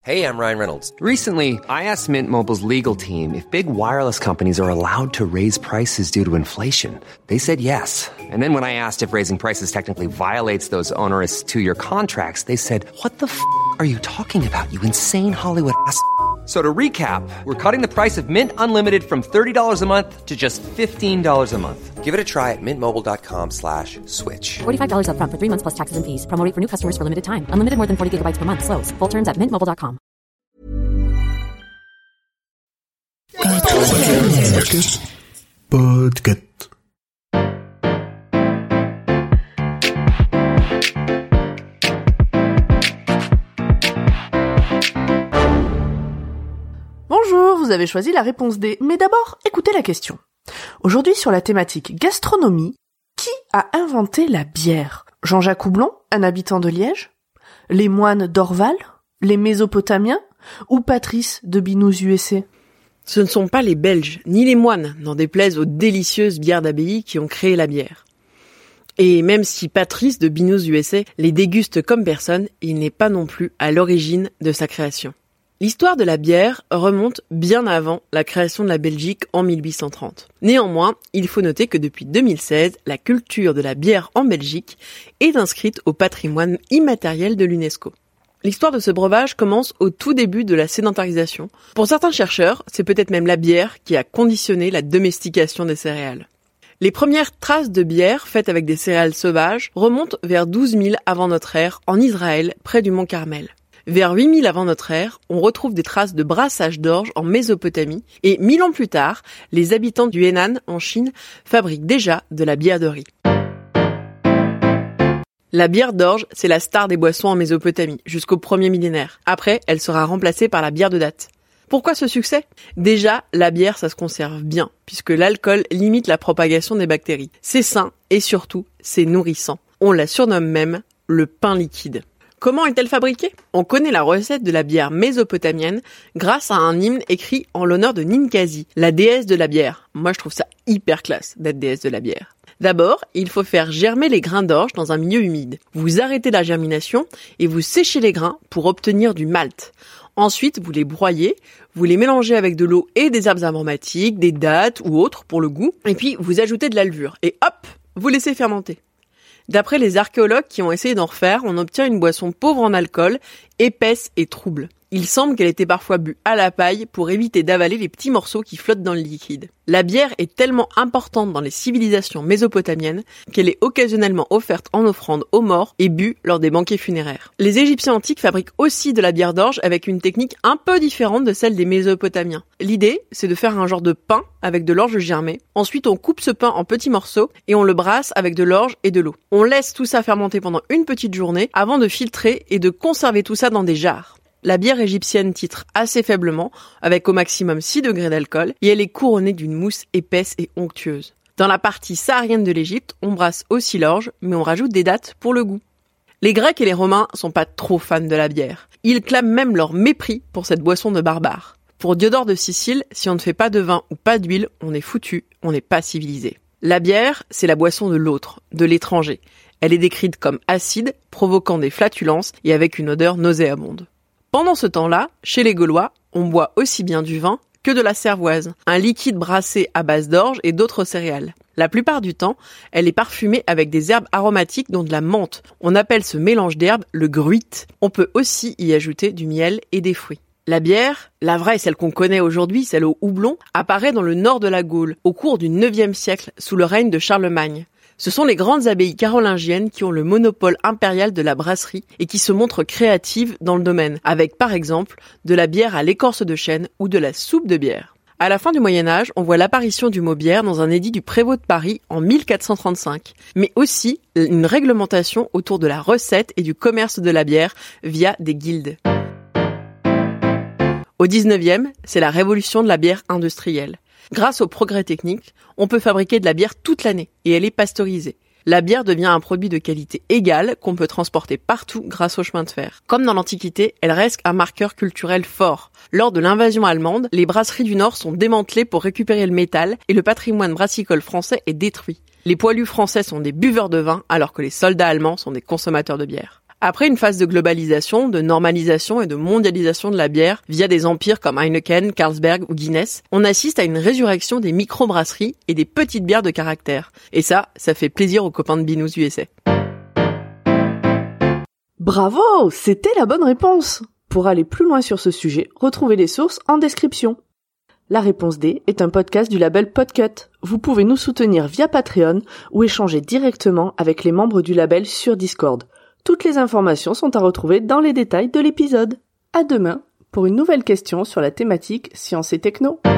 Hey, I'm Ryan Reynolds. Recently, I asked Mint Mobile's legal team if big wireless companies are allowed to raise prices due to inflation. They said yes. And then when I asked if raising prices technically violates those onerous two-year contracts, they said, "What the f*** are you talking about, you insane Hollywood ass?" So to recap, we're cutting the price of Mint Unlimited from $30 a month to just $15 a month. Give it a try at mintmobile.com/switch. $45 up front for 3 months plus taxes and fees. Promo rate for new customers for limited time. Unlimited more than 40 gigabytes per month. Slows full terms at mintmobile.com. Podcast. Bonjour, vous avez choisi la réponse D, mais d'abord, écoutez la question. Aujourd'hui, sur la thématique gastronomie, qui a inventé la bière ? Jean-Jacques Houblon, un habitant de Liège ? Les moines d'Orval ? Les Mésopotamiens ? Ou Patrice de Binous USA ? Ce ne sont pas les Belges, ni les moines, n'en déplaise aux délicieuses bières d'abbaye qui ont créé la bière. Et même si Patrice de Binous USA les déguste comme personne, il n'est pas non plus à l'origine de sa création. L'histoire de la bière remonte bien avant la création de la Belgique en 1830. Néanmoins, il faut noter que depuis 2016, la culture de la bière en Belgique est inscrite au patrimoine immatériel de l'UNESCO. L'histoire de ce breuvage commence au tout début de la sédentarisation. Pour certains chercheurs, c'est peut-être même la bière qui a conditionné la domestication des céréales. Les premières traces de bière faites avec des céréales sauvages remontent vers 12 000 avant notre ère en Israël, près du mont Carmel. Vers 8 000 avant notre ère, on retrouve des traces de brassage d'orge en Mésopotamie et 1000 ans plus tard, les habitants du Henan en Chine fabriquent déjà de la bière de riz. La bière d'orge, c'est la star des boissons en Mésopotamie, jusqu'au premier millénaire. Après, elle sera remplacée par la bière de date. Pourquoi ce succès ? Déjà, la bière, ça se conserve bien, puisque l'alcool limite la propagation des bactéries. C'est sain et surtout, c'est nourrissant. On la surnomme même le pain liquide. Comment est-elle fabriquée ? On connaît la recette de la bière mésopotamienne grâce à un hymne écrit en l'honneur de Ninkasi, la déesse de la bière. Moi, je trouve ça hyper classe d'être déesse de la bière. D'abord, il faut faire germer les grains d'orge dans un milieu humide. Vous arrêtez la germination et vous séchez les grains pour obtenir du malt. Ensuite, vous les broyez, vous les mélangez avec de l'eau et des herbes aromatiques, des dattes ou autres pour le goût, et puis vous ajoutez de la levure. Et hop, vous laissez fermenter. D'après les archéologues qui ont essayé d'en refaire, on obtient une boisson pauvre en alcool, épaisse et trouble. Il semble qu'elle était parfois bue à la paille pour éviter d'avaler les petits morceaux qui flottent dans le liquide. La bière est tellement importante dans les civilisations mésopotamiennes qu'elle est occasionnellement offerte en offrande aux morts et bue lors des banquets funéraires. Les Égyptiens antiques fabriquent aussi de la bière d'orge avec une technique un peu différente de celle des Mésopotamiens. L'idée, c'est de faire un genre de pain avec de l'orge germée. Ensuite, on coupe ce pain en petits morceaux et on le brasse avec de l'orge et de l'eau. On laisse tout ça fermenter pendant une petite journée avant de filtrer et de conserver tout ça dans des jarres. La bière égyptienne titre assez faiblement, avec au maximum 6 degrés d'alcool, et elle est couronnée d'une mousse épaisse et onctueuse. Dans la partie saharienne de l'Égypte, on brasse aussi l'orge, mais on rajoute des dattes pour le goût. Les Grecs et les Romains sont pas trop fans de la bière. Ils clament même leur mépris pour cette boisson de barbares. Pour Diodore de Sicile, si on ne fait pas de vin ou pas d'huile, on est foutu, on n'est pas civilisé. La bière, c'est la boisson de l'autre, de l'étranger. Elle est décrite comme acide, provoquant des flatulences et avec une odeur nauséabonde. Pendant ce temps-là, chez les Gaulois, on boit aussi bien du vin que de la cervoise, un liquide brassé à base d'orge et d'autres céréales. La plupart du temps, elle est parfumée avec des herbes aromatiques dont de la menthe. On appelle ce mélange d'herbes le gruit. On peut aussi y ajouter du miel et des fruits. La bière, la vraie, celle qu'on connaît aujourd'hui, celle au houblon, apparaît dans le nord de la Gaule, au cours du IXe siècle, sous le règne de Charlemagne. Ce sont les grandes abbayes carolingiennes qui ont le monopole impérial de la brasserie et qui se montrent créatives dans le domaine, avec par exemple de la bière à l'écorce de chêne ou de la soupe de bière. À la fin du Moyen-Âge, on voit l'apparition du mot bière dans un édit du prévôt de Paris en 1435, mais aussi une réglementation autour de la recette et du commerce de la bière via des guildes. Au 19e, c'est la révolution de la bière industrielle. Grâce au progrès technique, on peut fabriquer de la bière toute l'année et elle est pasteurisée. La bière devient un produit de qualité égale qu'on peut transporter partout grâce au chemin de fer. Comme dans l'Antiquité, elle reste un marqueur culturel fort. Lors de l'invasion allemande, les brasseries du Nord sont démantelées pour récupérer le métal et le patrimoine brassicole français est détruit. Les poilus français sont des buveurs de vin alors que les soldats allemands sont des consommateurs de bière. Après une phase de globalisation, de normalisation et de mondialisation de la bière via des empires comme Heineken, Carlsberg ou Guinness, on assiste à une résurrection des microbrasseries et des petites bières de caractère. Et ça fait plaisir aux copains de Binous USA. Bravo, c'était la bonne réponse. Pour aller plus loin sur ce sujet, retrouvez les sources en description. La réponse D est un podcast du label Podcut. Vous pouvez nous soutenir via Patreon ou échanger directement avec les membres du label sur Discord. Toutes les informations sont à retrouver dans les détails de l'épisode. À demain pour une nouvelle question sur la thématique science et techno.